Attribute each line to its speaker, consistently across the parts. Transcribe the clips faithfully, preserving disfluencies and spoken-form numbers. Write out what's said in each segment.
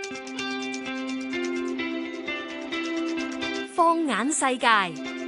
Speaker 1: 放眼世界，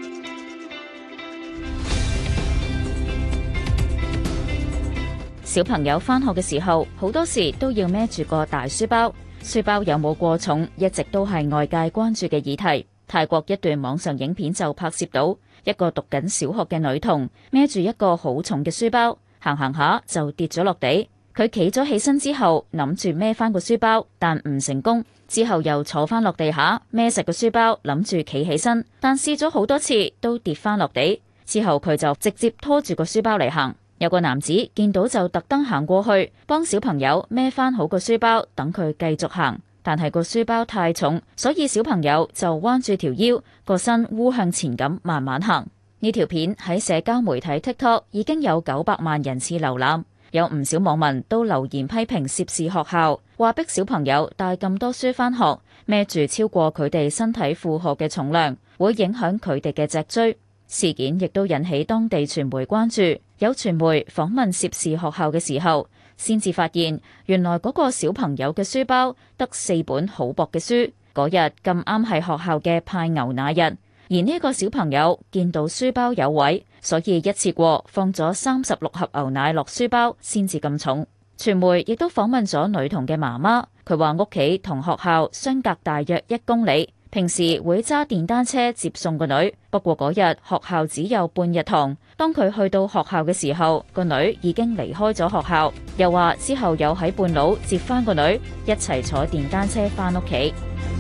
Speaker 2: 小朋友返學嘅時候，好多時都要孭住個大書包，書包有冇過重，一直都係外界關注嘅議題。泰國一段網上影片就拍攝到一個讀緊小學嘅女童孭住一個好重嘅書包，行行下就跌咗落地。佢企咗起身之後，諗住孭翻個書包，但唔成功。之後又坐翻落地下，孭實個書包，諗住企起身，但試咗好多次都跌翻落地。之後佢就直接拖住個書包嚟行。有個男子見到就特登行過去，幫小朋友孭翻好個書包，等佢繼續行。但係個書包太重，所以小朋友就彎住條腰，個身烏向前咁慢慢行。呢條片喺社交媒體 TikTok 已經有九百萬人次瀏覽。有唔少網民都留言批評涉事學校，話逼小朋友帶咁多書返學，孭住超過佢哋身體負荷嘅重量，會影響佢哋嘅脊椎。事件亦都引起當地傳媒關注。有傳媒訪問涉事學校嘅時候，先至發現原來嗰個小朋友嘅書包得四本好薄嘅書。嗰日咁啱係學校嘅派牛奶日，而呢個小朋友見到書包有位，所以一次過放咗三十六盒牛奶落書包，先至咁重。傳媒亦都訪問咗女童嘅媽媽，佢話屋企同學校相隔大約一公里，平時會揸電單車接送個女。不過嗰日學校只有半日堂，當佢去到學校嘅時候，個女已經離開咗學校。又話之後有喺半路接返個女，一齊坐電單車返屋企。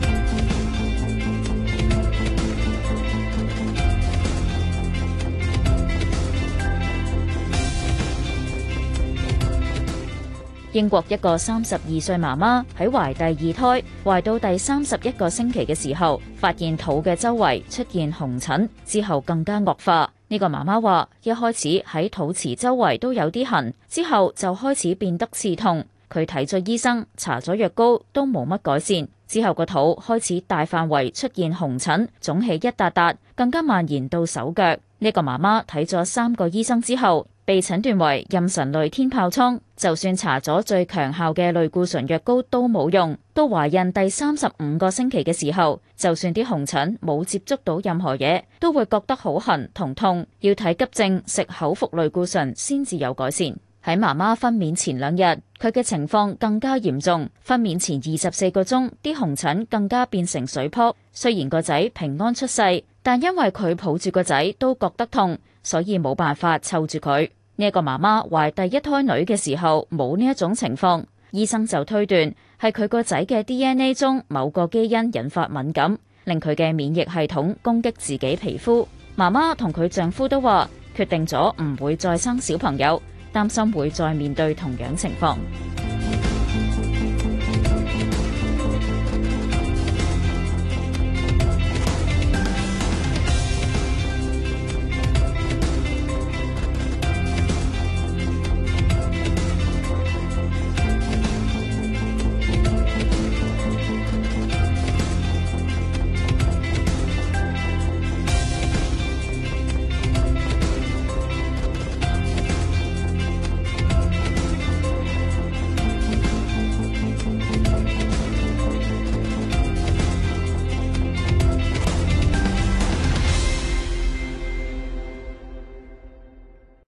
Speaker 2: 英國一個三十二歲媽媽喺懷第二胎，懷到第三十一個星期嘅時候，發現肚嘅周圍出現紅疹，之後更加惡化。呢個媽媽話，一開始喺肚臍周圍都有啲痕，之後就開始變得刺痛。佢睇咗醫生，搽咗藥膏，都冇乜改善。之後個肚開始大範圍出現紅疹，腫起一笪笪，更加蔓延到手腳。呢個媽媽睇咗三個醫生之後，被診斷為妊娠類天疱瘡，就算搽咗最強效嘅類固醇藥膏都冇用。到懷孕第三十五個星期嘅時候，就算啲紅疹冇接觸到任何嘢，都會覺得好痕同痛，要睇急症，食口服類固醇先至有改善。喺媽媽分娩前兩日，佢嘅情況更加嚴重。分娩前二十四個鐘，啲紅疹更加變成水泡。雖然個仔平安出世，但因為佢抱住個仔都覺得痛，所以冇辦法湊住佢。呢一個媽媽懷第一胎女嘅時候冇呢一種情況，醫生就推斷係佢個仔嘅 D N A 中某個基因引發敏感，令佢嘅免疫系統攻擊自己皮膚。媽媽同佢丈夫都話決定咗唔會再生小朋友，擔心會再面對同樣情況。